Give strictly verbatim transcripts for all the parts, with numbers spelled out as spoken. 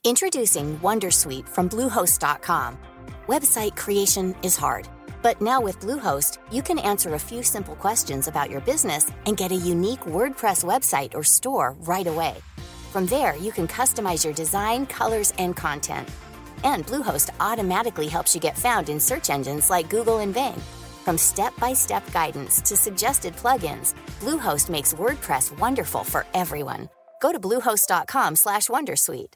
Introducing Wondersuite from Bluehost dot com. Website creation is hard, but now with Bluehost, you can answer a few simple questions about your business and get a unique WordPress website or store right away. From there, you can customize your design, colors, and content. And Bluehost automatically helps you get found in search engines like Google and Bing. From step-by-step guidance to suggested plugins, Bluehost makes WordPress wonderful for everyone. Go to bluehost dot com slash wondersuite.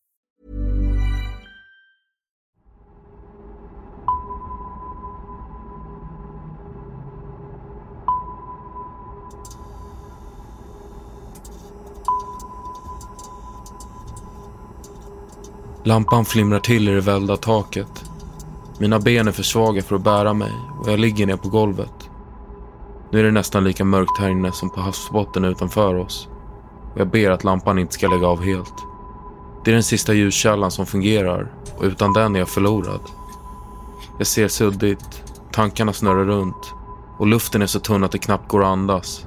Lampan flimrar till i det välda taket. Mina ben är för svaga för att bära mig och jag ligger ner på golvet. Nu är det nästan lika mörkt här inne som på havsbotten utanför oss. Och jag ber att lampan inte ska lägga av helt. Det är den sista ljuskällan som fungerar och utan den är jag förlorad. Jag ser suddigt, tankarna snurrar runt och luften är så tunn att det knappt går att andas.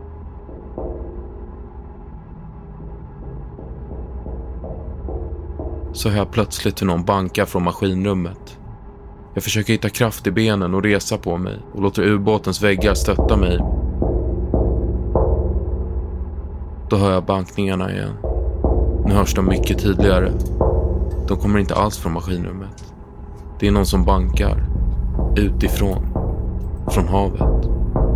Så hör jag plötsligt hur någon bankar från maskinrummet. Jag försöker hitta kraft i benen och resa på mig och låter ubåtens väggar stötta mig. Då hör jag bankningarna igen. Nu hörs de mycket tydligare. De kommer inte alls från maskinrummet. Det är någon som bankar. Utifrån. Från havet.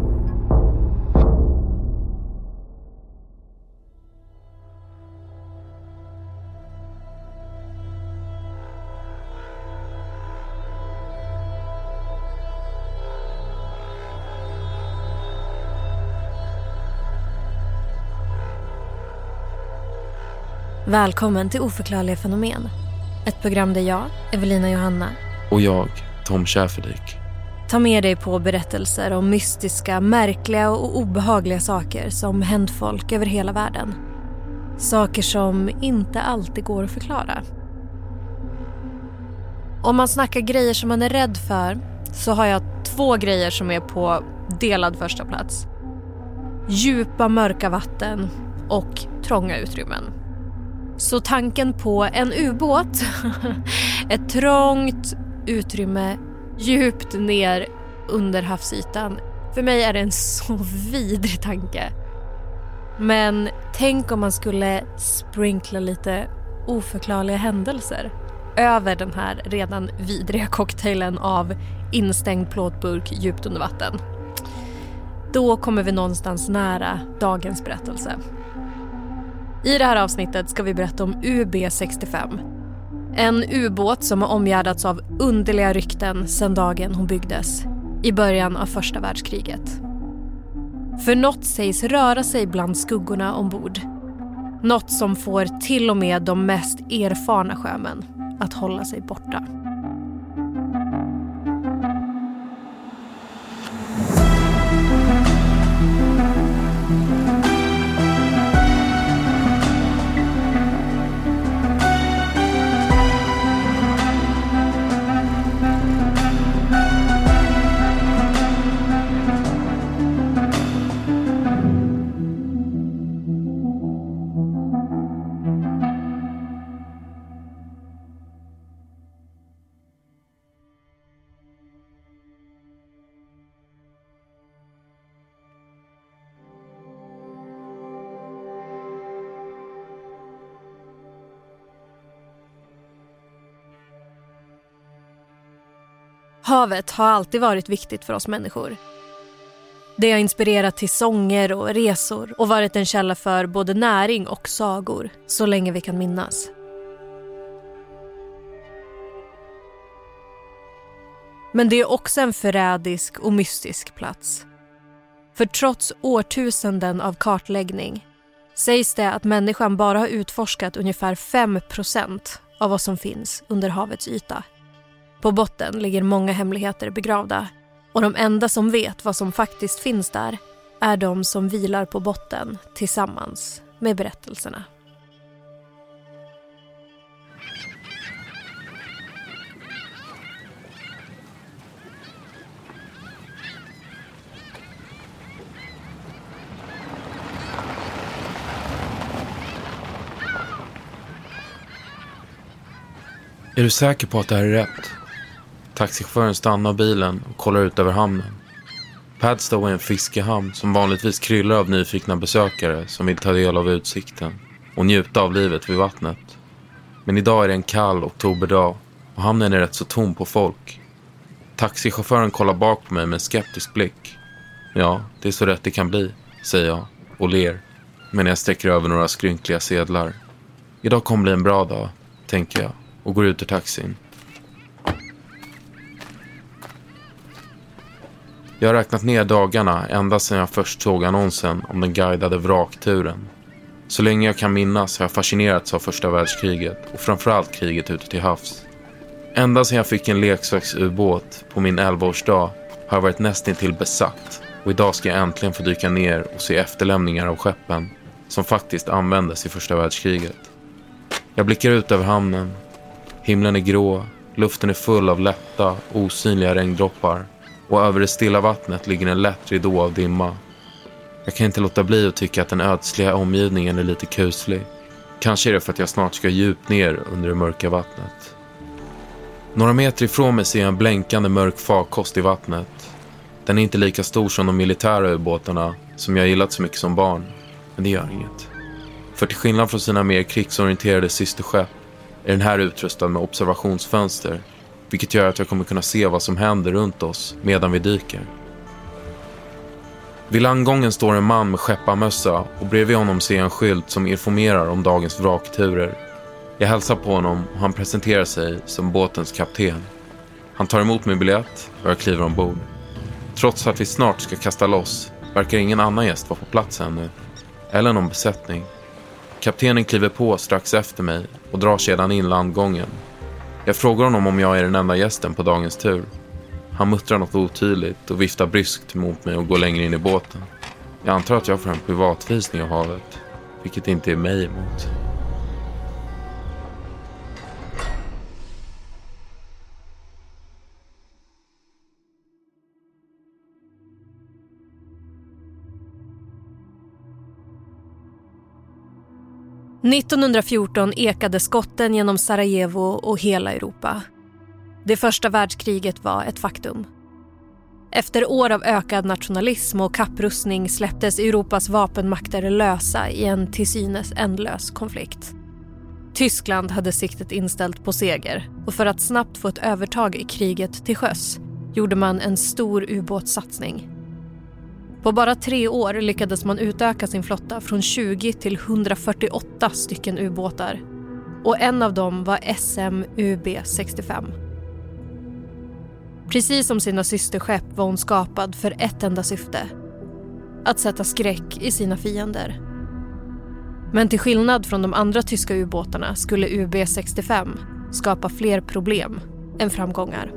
Välkommen till Oförklarliga fenomen. Ett program där jag, Evelina Johanna och jag, Tom Schäferdik, tar med dig på berättelser om mystiska, märkliga och obehagliga saker som hänt folk över hela världen. Saker som inte alltid går att förklara. Om man snackar grejer som man är rädd för så har jag två grejer som är på delad första plats. Djupa mörka vatten och trånga utrymmen. Så tanken på en ubåt, ett trångt utrymme djupt ner under havsytan, för mig är det en så vidrig tanke. Men tänk om man skulle sprinkla lite oförklarliga händelser över den här redan vidriga cocktailen av instängd plåtburk djupt under vatten. Då kommer vi någonstans nära dagens berättelse. I det här avsnittet ska vi berätta om U B sextiofem. En ubåt som har omgärdats av underliga rykten sedan dagen hon byggdes, i början av första världskriget. För något sägs röra sig bland skuggorna ombord. Något som får till och med de mest erfarna sjömän att hålla sig borta. Havet har alltid varit viktigt för oss människor. Det har inspirerat till sånger och resor och varit en källa för både näring och sagor så länge vi kan minnas. Men det är också en förrädisk och mystisk plats. För trots årtusenden av kartläggning sägs det att människan bara har utforskat ungefär fem procent av vad som finns under havets yta. På botten ligger många hemligheter begravda och de enda som vet vad som faktiskt finns där är de som vilar på botten tillsammans med berättelserna. Är du säker på att det här är rätt? Taxichauffören stannar bilen och kollar ut över hamnen. Padstow är en fiskehamn som vanligtvis kryllar av nyfikna besökare som vill ta del av utsikten och njuta av livet vid vattnet. Men idag är det en kall oktoberdag och hamnen är rätt så tom på folk. Taxichauffören kollar bak på mig med en skeptisk blick. Ja, det är så rätt det kan bli, säger jag och ler. Men jag sträcker över några skrynkliga sedlar. Idag kommer bli en bra dag, tänker jag, och går ut ur taxin. Jag har räknat ner dagarna ända sedan jag först såg annonsen om den guidade vrakturen. Så länge jag kan minnas har jag fascinerats av första världskriget och framförallt kriget ute till havs. Ända sedan jag fick en leksaksubåt på min elvaårsdag har jag varit nästan till besatt. Och idag ska jag äntligen få dyka ner och se efterlämningar av skeppen som faktiskt användes i första världskriget. Jag blickar ut över hamnen. Himlen är grå, luften är full av lätta, osynliga regndroppar. Och över det stilla vattnet ligger en lätt ridå av dimma. Jag kan inte låta bli att tycka att den ödsliga omgivningen är lite kuslig. Kanske är det för att jag snart ska djupt ner under det mörka vattnet. Några meter ifrån mig ser jag en blänkande mörk farkost i vattnet. Den är inte lika stor som de militära ubåtarna som jag gillat så mycket som barn. Men det gör inget. För till skillnad från sina mer krigsorienterade systerskepp är den här utrustad med observationsfönster. Vilket gör att jag kommer kunna se vad som händer runt oss medan vi dyker. Vid landgången står en man med skepparmössa och bredvid honom ser jag en skylt som informerar om dagens vrakturer. Jag hälsar på honom och han presenterar sig som båtens kapten. Han tar emot min biljett och jag kliver ombord. Trots att vi snart ska kasta loss verkar ingen annan gäst vara på plats ännu. Eller någon besättning. Kaptenen kliver på strax efter mig och drar sedan in landgången. Jag frågar honom om jag är den enda gästen på dagens tur. Han muttrar något otydligt och viftar bryskt mot mig och går längre in i båten. Jag antar att jag får en privatvisning av havet, vilket inte är mig emot. nittonhundrafjorton ekade skotten genom Sarajevo och hela Europa. Det första världskriget var ett faktum. Efter år av ökad nationalism och kapprustning släpptes Europas vapenmakter lösa i en till synes ändlös konflikt. Tyskland hade siktet inställt på seger och för att snabbt få ett övertag i kriget till sjöss gjorde man en stor ubåtssatsning. På bara tre år lyckades man utöka sin flotta från tjugo till hundrafyrtioåtta stycken ubåtar. Och en av dem var S M U B sextiofem. Precis som sina systerskepp var hon skapad för ett enda syfte. Att sätta skräck i sina fiender. Men till skillnad från de andra tyska ubåtarna skulle U B sextiofem skapa fler problem än framgångar.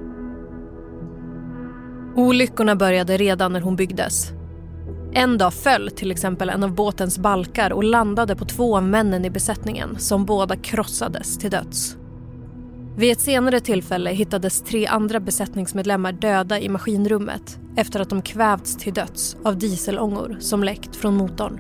Olyckorna började redan när hon byggdes. En dag föll till exempel en av båtens balkar och landade på två av männen i besättningen som båda krossades till döds. Vid ett senare tillfälle hittades tre andra besättningsmedlemmar döda i maskinrummet efter att de kvävts till döds av dieselångor som läckt från motorn.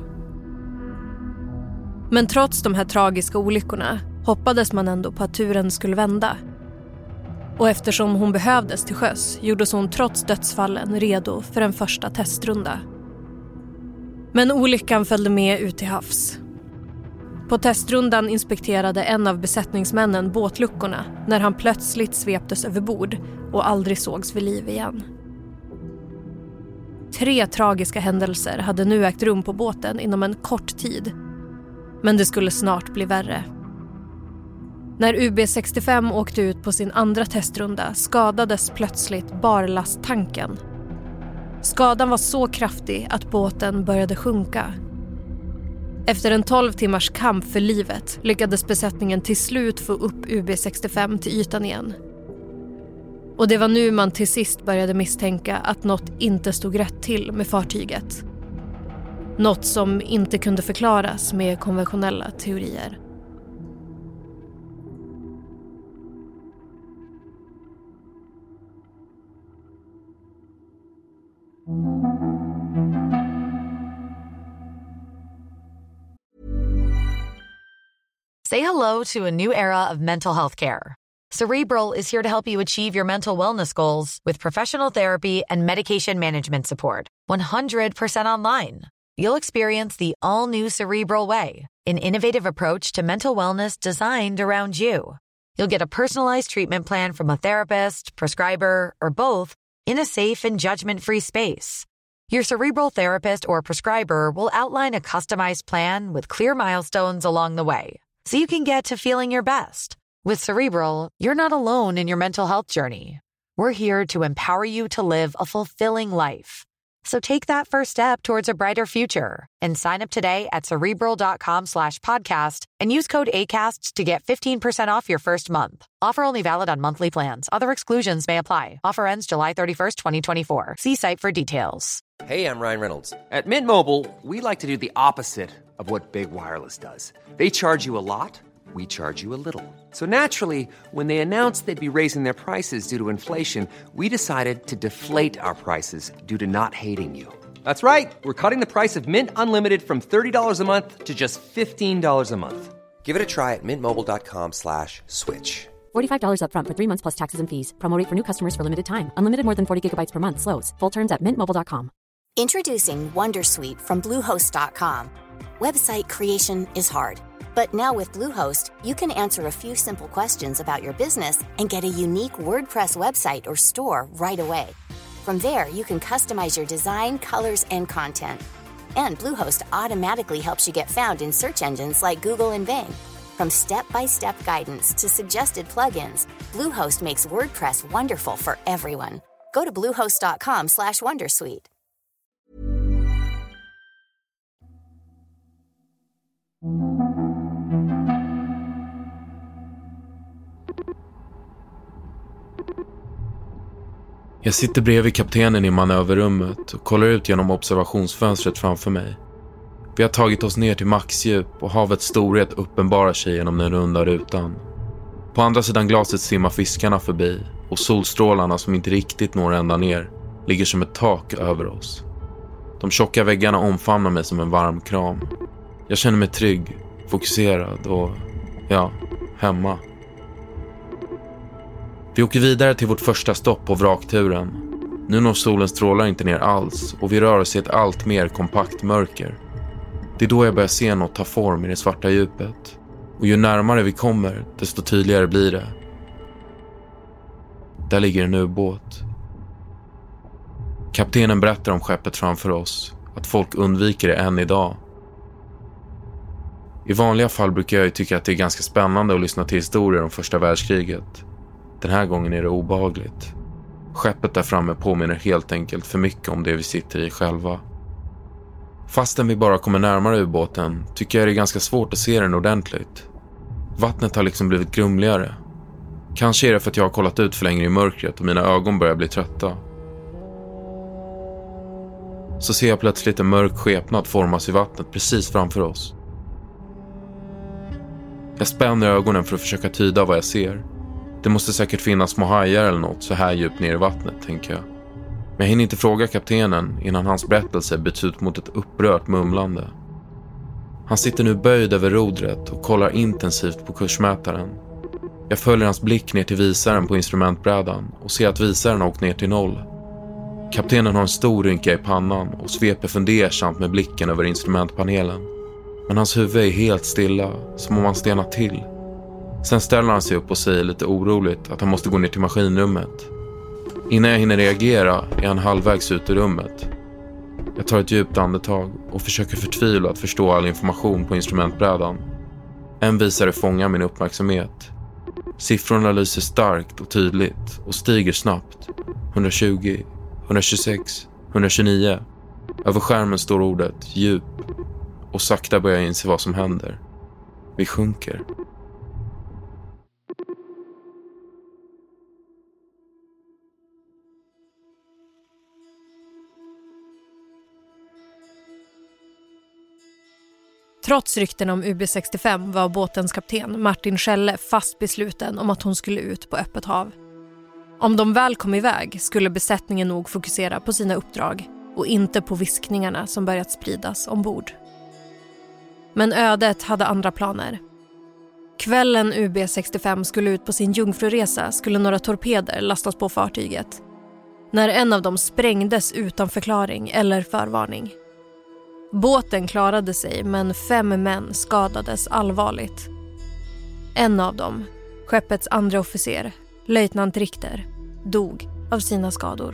Men trots de här tragiska olyckorna hoppades man ändå på att turen skulle vända. Och eftersom hon behövdes till sjöss gjordes hon trots dödsfallen redo för en första testrunda. Men olyckan följde med ut till havs. På testrundan inspekterade en av besättningsmännen båtluckorna när han plötsligt sveptes över bord och aldrig sågs vid liv igen. Tre tragiska händelser hade nu ägt rum på båten inom en kort tid. Men det skulle snart bli värre. När U B sextiofem åkte ut på sin andra testrunda skadades plötsligt barlasttanken. Skadan var så kraftig att båten började sjunka. Efter en tolv timmars kamp för livet lyckades besättningen till slut få upp U B sextiofem till ytan igen. Och det var nu man till sist började misstänka att något inte stod rätt till med fartyget. Något som inte kunde förklaras med konventionella teorier. Say hello to a new era of mental health care. Cerebral is here to help you achieve your mental wellness goals with professional therapy and medication management support. one hundred percent online. You'll experience the all-new Cerebral Way, an innovative approach to mental wellness designed around you. You'll get a personalized treatment plan from a therapist, prescriber, or both in a safe and judgment-free space. Your Cerebral therapist or prescriber will outline a customized plan with clear milestones along the way, so you can get to feeling your best. With Cerebral, you're not alone in your mental health journey. We're here to empower you to live a fulfilling life. So take that first step towards a brighter future and sign up today at Cerebral.com slash podcast and use code ACAST to get fifteen percent off your first month. Offer only valid on monthly plans. Other exclusions may apply. Offer ends July thirty-first, twenty twenty-four. See site for details. Hey, I'm Ryan Reynolds. At Mint Mobile, we like to do the opposite of what Big Wireless does. They charge you a lot. We charge you a little. So naturally, when they announced they'd be raising their prices due to inflation, we decided to deflate our prices due to not hating you. That's right. We're cutting the price of Mint Unlimited from thirty dollars a month to just fifteen dollars a month. Give it a try at mintmobile.com slash switch. forty-five dollars up front for three months plus taxes and fees. Promo rate for new customers for limited time. Unlimited more than forty gigabytes per month. Slows full terms at mint mobile dot com. Introducing Wondersuite from Bluehost dot com. Website creation is hard. But now with Bluehost, you can answer a few simple questions about your business and get a unique WordPress website or store right away. From there, you can customize your design, colors, and content. And Bluehost automatically helps you get found in search engines like Google and Bing. From step-by-step guidance to suggested plugins, Bluehost makes WordPress wonderful for everyone. Go to bluehost.com slash wondersuite. Jag sitter bredvid kaptenen i manöverrummet och kollar ut genom observationsfönstret framför mig. Vi har tagit oss ner till maxdjup och havets storhet uppenbarar sig genom den runda rutan. På andra sidan glaset simmar fiskarna förbi och solstrålarna som inte riktigt når ända ner ligger som ett tak över oss. De tjocka väggarna omfamnar mig som en varm kram. Jag känner mig trygg, fokuserad och, ja, hemma. Vi åker vidare till vårt första stopp på vrakturen. Nu når solens strålar inte ner alls och vi rör oss i ett allt mer kompakt mörker. Det är då jag börjar se något ta form i det svarta djupet. Och ju närmare vi kommer, desto tydligare blir det. Där ligger en ubåt. Kaptenen berättar om skeppet framför oss, att folk undviker det än idag. I vanliga fall brukar jag ju tycka att det är ganska spännande att lyssna till historier om första världskriget. Den här gången är det obehagligt. Skeppet där framme påminner helt enkelt för mycket om det vi sitter i själva. Fastän vi bara kommer närmare ubåten tycker jag det är ganska svårt att se den ordentligt. Vattnet har liksom blivit grumligare. Kanske är det för att jag har kollat ut för länge i mörkret och mina ögon börjar bli trötta. Så ser jag plötsligt en mörk skepnad formas i vattnet precis framför oss. Jag spänner ögonen för att försöka tyda vad jag ser. Det måste säkert finnas små hajar eller något så här djupt ner i vattnet, tänker jag. Men jag hinner inte fråga kaptenen innan hans berättelse byts ut mot ett upprört mumlande. Han sitter nu böjd över rodret och kollar intensivt på kursmätaren. Jag följer hans blick ner till visaren på instrumentbrädan och ser att visaren har åkt ner till noll. Kaptenen har en stor rynka i pannan och sveper fundersamt med blicken över instrumentpanelen. Men hans huvud är helt stilla, som om han stenat till. Sen ställer han sig upp och säger lite oroligt att han måste gå ner till maskinrummet. Innan jag hinner reagera är han halvvägs ut ur rummet. Jag tar ett djupt andetag och försöker förtvivlat förstå all information på instrumentbrädan. En visare fångar min uppmärksamhet. Siffrorna lyser starkt och tydligt och stiger snabbt. hundratjugo, hundratjugosex, hundratjugonio. Över skärmen står ordet djup och sakta börjar jag inse vad som händer. Vi sjunker. Trots rykten om U B sextiofem var båtens kapten Martin Schelle fast besluten om att hon skulle ut på öppet hav. Om de väl kom iväg skulle besättningen nog fokusera på sina uppdrag och inte på viskningarna som börjat spridas ombord. Men ödet hade andra planer. Kvällen U B sextiofem skulle ut på sin jungfruresa skulle några torpeder lastas på fartyget. När en av dem sprängdes utan förklaring eller förvarning. Båten klarade sig men fem män skadades allvarligt. En av dem, skeppets andra officer, löjtnant Richter, dog av sina skador.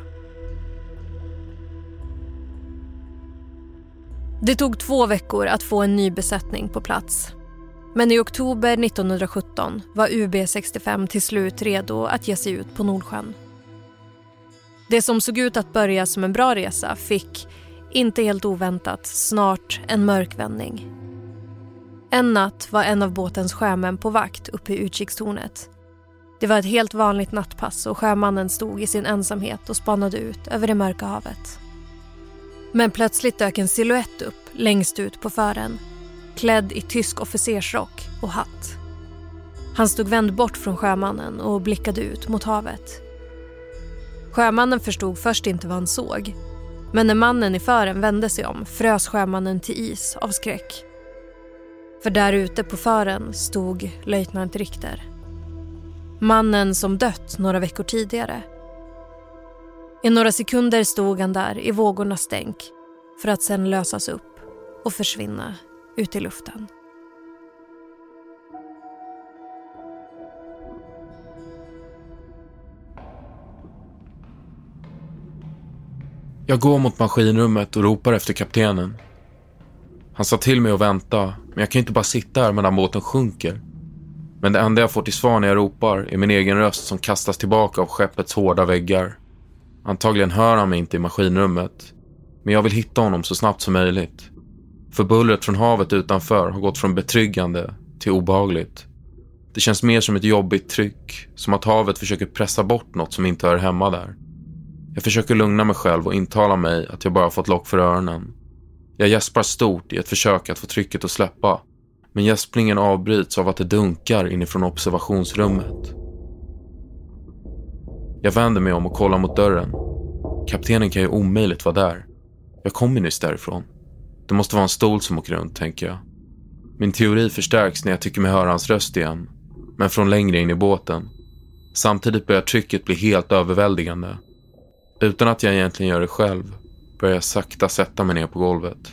Det tog två veckor att få en ny besättning på plats. Men i oktober nittonhundrasjutton var U B sextiofem till slut redo att ge sig ut på Nordsjön. Det som såg ut att börja som en bra resa fick, inte helt oväntat, snart en mörk vändning. En natt var en av båtens sjömän på vakt uppe i utkikstornet. Det var ett helt vanligt nattpass och sjömannen stod i sin ensamhet och spanade ut över det mörka havet. Men plötsligt dök en silhuett upp längst ut på fören, klädd i tysk officersrock och hatt. Han stod vänd bort från sjömannen och blickade ut mot havet. Sjömannen förstod först inte vad han såg, men när mannen i fören vände sig om frös sjömannen till is av skräck. För där ute på fören stod löjtnant Richter. Mannen som dött några veckor tidigare. I några sekunder stod han där i vågornas stänk för att sedan lösas upp och försvinna ut i luften. Jag går mot maskinrummet och ropar efter kaptenen. Han sa till mig att vänta, men jag kan inte bara sitta här medan båten sjunker. Men det enda jag får till svar när jag ropar är min egen röst som kastas tillbaka av skeppets hårda väggar. Antagligen hör han mig inte i maskinrummet, men jag vill hitta honom så snabbt som möjligt. För bullret från havet utanför har gått från betryggande till obehagligt. Det känns mer som ett jobbigt tryck, som att havet försöker pressa bort något som inte hör hemma där. Jag försöker lugna mig själv och intala mig att jag bara fått lock för öronen. Jag gäspar stort i ett försök att få trycket att släppa, men gäsplingen avbryts av att det dunkar inifrån observationsrummet. Jag vänder mig om och kollar mot dörren. Kaptenen kan ju omöjligt vara där. Jag kommer nyss därifrån. Det måste vara en stol som åker runt, tänker jag. Min teori förstärks när jag tycker mig höra hans röst igen, men från längre in i båten. Samtidigt börjar trycket bli helt överväldigande. Utan att jag egentligen gör det själv börjar jag sakta sätta mig ner på golvet.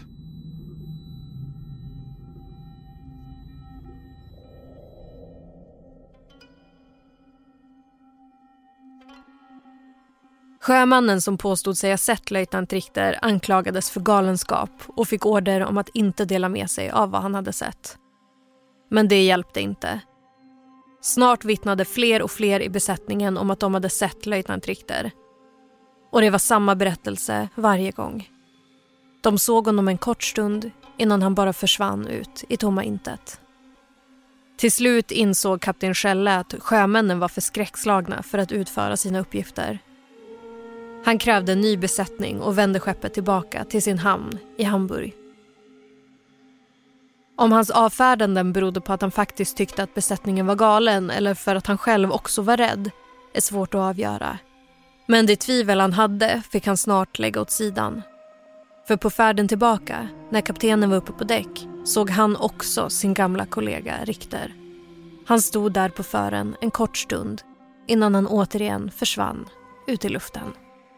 Sjömannen som påstod sig ha sett löjtnant Richter anklagades för galenskap och fick order om att inte dela med sig av vad han hade sett. Men det hjälpte inte. Snart vittnade fler och fler i besättningen om att de hade sett löjtnant Richter. Och det var samma berättelse varje gång. De såg honom en kort stund innan han bara försvann ut i tomma intet. Till slut insåg kapten Schelle att sjömännen var för skräckslagna för att utföra sina uppgifter. Han krävde en ny besättning och vände skeppet tillbaka till sin hamn i Hamburg. Om hans avfärdanden berodde på att han faktiskt tyckte att besättningen var galen eller för att han själv också var rädd är svårt att avgöra. Men det tvivel han hade fick han snart lägga åt sidan. För på färden tillbaka, när kaptenen var uppe på däck, såg han också sin gamla kollega Richter. Han stod där på fören en kort stund innan han återigen försvann ut i luften.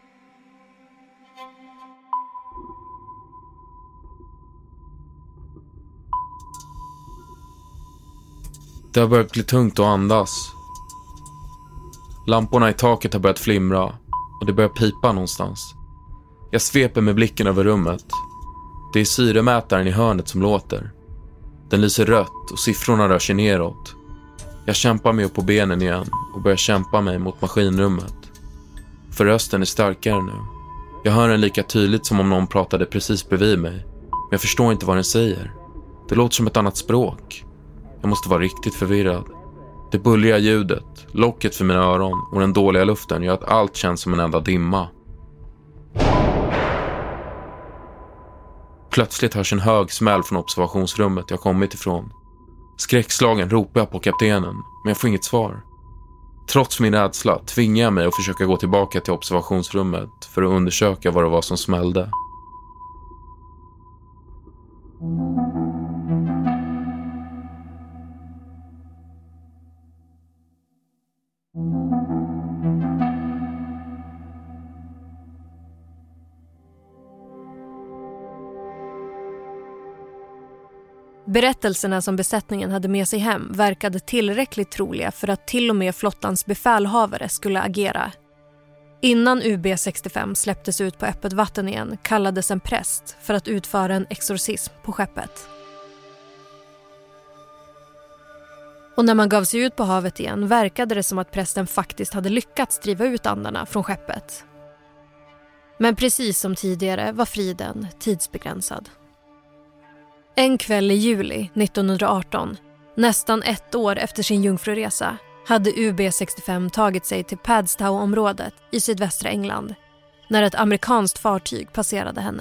Det har börjat bli tungt att andas. Lamporna i taket har börjat flimra och det börjar pipa någonstans. Jag sveper med blicken över rummet. Det är syremätaren i hörnet som låter. Den lyser rött och siffrorna rör sig neråt. Jag kämpar mig upp på benen igen och börjar kämpa mig mot maskinrummet. För rösten är starkare nu. Jag hör den lika tydligt som om någon pratade precis bredvid mig. Men jag förstår inte vad den säger. Det låter som ett annat språk. Jag måste vara riktigt förvirrad. Det bullriga ljudet, locket för mina öron och den dåliga luften gör att allt känns som en enda dimma. Plötsligt hörs en hög smäll från observationsrummet jag kommit ifrån. Skräckslagen ropar jag på kaptenen, men jag får inget svar. Trots min rädsla tvingar jag mig att försöka gå tillbaka till observationsrummet för att undersöka vad det var som smällde. Berättelserna som besättningen hade med sig hem verkade tillräckligt troliga för att till och med flottans befälhavare skulle agera. Innan U B sextiofem släpptes ut på öppet vatten igen kallades en präst för att utföra en exorcism på skeppet. Och när man gav sig ut på havet igen verkade det som att prästen faktiskt hade lyckats driva ut andarna från skeppet. Men precis som tidigare var friden tidsbegränsad. En kväll i juli nittonhundraarton, nästan ett år efter sin jungfruresa, hade U B sextiofem tagit sig till Padstow-området i sydvästra England när ett amerikanskt fartyg passerade henne.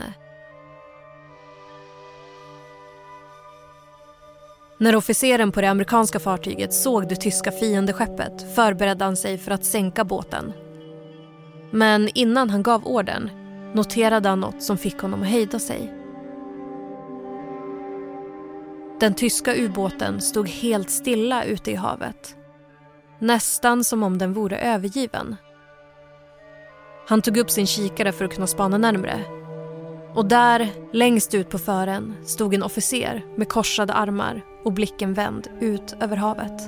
När officeren på det amerikanska fartyget såg det tyska fiendeskeppet förberedde han sig för att sänka båten. Men innan han gav orden noterade han något som fick honom att hejda sig. Den tyska ubåten stod helt stilla ute i havet. Nästan som om den vore övergiven. Han tog upp sin kikare för att kunna spana närmare. Och där, längst ut på fören, stod en officer med korsade armar och blicken vänd ut över havet.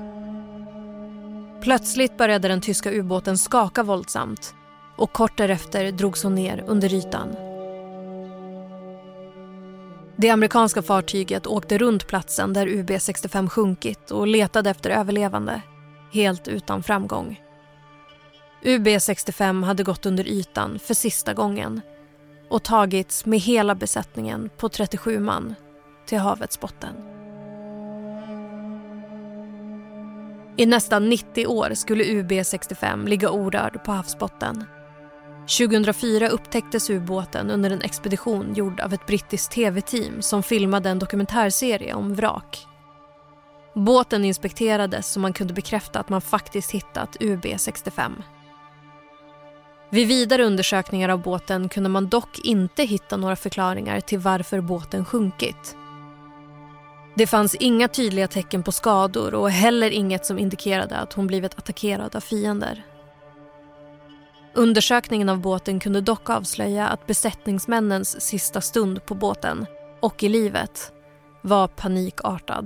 Plötsligt började den tyska ubåten skaka våldsamt och kort därefter drogs hon ner under ytan. Det amerikanska fartyget åkte runt platsen där U B sextiofem sjunkit och letade efter överlevande, helt utan framgång. U B sextiofem hade gått under ytan för sista gången och tagits med hela besättningen på trettiosju man till havets botten. I nästan nittio år skulle U B sextiofem ligga orörd på havsbotten. tjugohundrafyra upptäcktes ubåten under en expedition gjord av ett brittiskt tv-team som filmade en dokumentärserie om vrak. Båten inspekterades så man kunde bekräfta att man faktiskt hittat U B sextiofem. Vid vidare undersökningar av båten kunde man dock inte hitta några förklaringar till varför båten sjunkit. Det fanns inga tydliga tecken på skador och heller inget som indikerade att hon blivit attackerad av fiender. Undersökningen av båten kunde dock avslöja att besättningsmännens sista stund på båten och i livet var panikartad.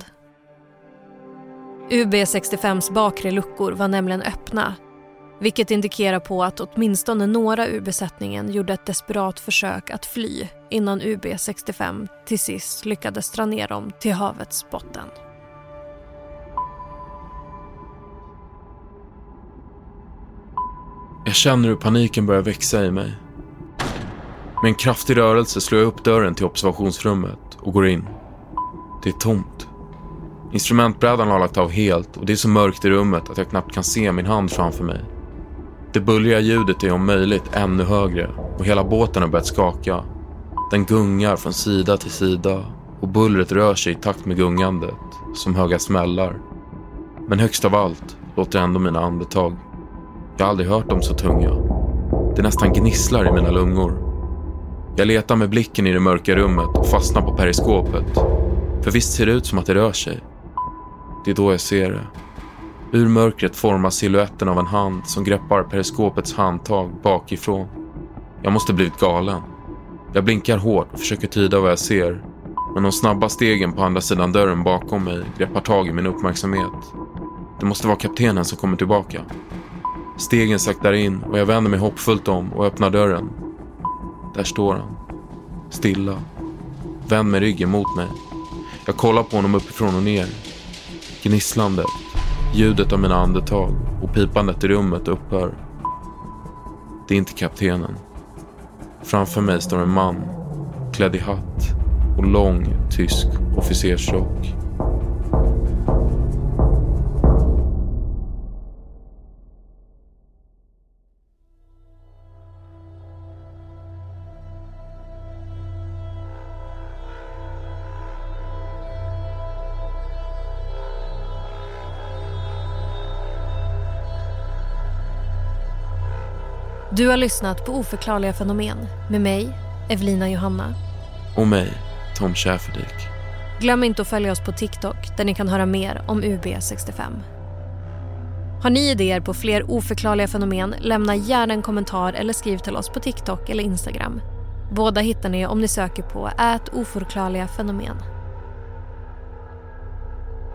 U B sextiofems bakre luckor var nämligen öppna, vilket indikerar på att åtminstone några ur besättningen gjorde ett desperat försök att fly innan U B sextiofem till sist lyckades dra ner dem till havets botten. Jag känner hur paniken börjar växa i mig. Med en kraftig rörelse slår jag upp dörren till observationsrummet och går in. Det är tomt. Instrumentbrädan har lagt av helt och det är så mörkt i rummet att jag knappt kan se min hand framför mig. Det bullriga ljudet är om möjligt ännu högre och hela båten har börjat skaka. Den gungar från sida till sida och bullret rör sig i takt med gungandet som höga smällar. Men högst av allt låter ändå mina andetag. Jag har aldrig hört dem så tunga. Det nästan gnisslar i mina lungor. Jag letar med blicken i det mörka rummet och fastnar på periskopet. För visst ser det ut som att det rör sig. Det är då jag ser det. Ur mörkret formas siluetten av en hand som greppar periskopets handtag bakifrån. Jag måste blivit galen. Jag blinkar hårt och försöker tyda vad jag ser. Men de snabba stegen på andra sidan dörren bakom mig greppar tag i min uppmärksamhet. Det måste vara kaptenen som kommer tillbaka. Stegen saktar in och jag vänder mig hoppfullt om och öppnar dörren. Där står han. Stilla. Vänd med ryggen mot mig. Jag kollar på honom uppifrån och ner. Gnisslande. Ljudet av mina andetag och pipandet i rummet upphör. Det är inte kaptenen. Framför mig står en man. Klädd i hatt och lång tysk officersrock. Du har lyssnat på Oförklarliga fenomen med mig, Evelina Johanna. Och mig, Tom Schäferdik. Glöm inte att följa oss på TikTok där ni kan höra mer om U B sextiofem. Har ni idéer på fler oförklarliga fenomen, lämna gärna en kommentar eller skriv till oss på TikTok eller Instagram. Båda hittar ni om ni söker på ät oförklarliga fenomen.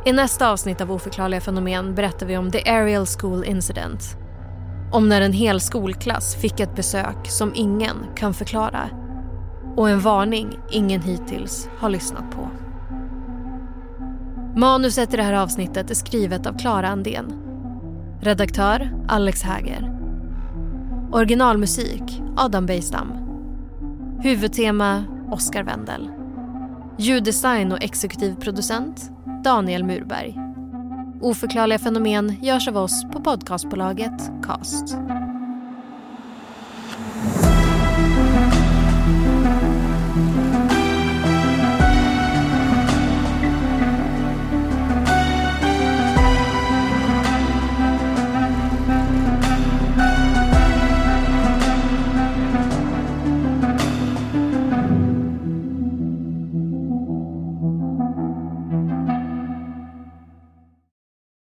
I nästa avsnitt av Oförklarliga fenomen berättar vi om The Ariel School Incident. Om när en hel skolklass fick ett besök som ingen kan förklara. Och en varning ingen hittills har lyssnat på. Manuset i det här avsnittet är skrivet av Clara Andén. Redaktör Alex Häger. Originalmusik Adam Bejstam. Huvudtema Oscar Wendel. Ljuddesign och exekutiv producent Daniel Murberg. Oförklarliga fenomen görs av oss på podcastbolaget Cast.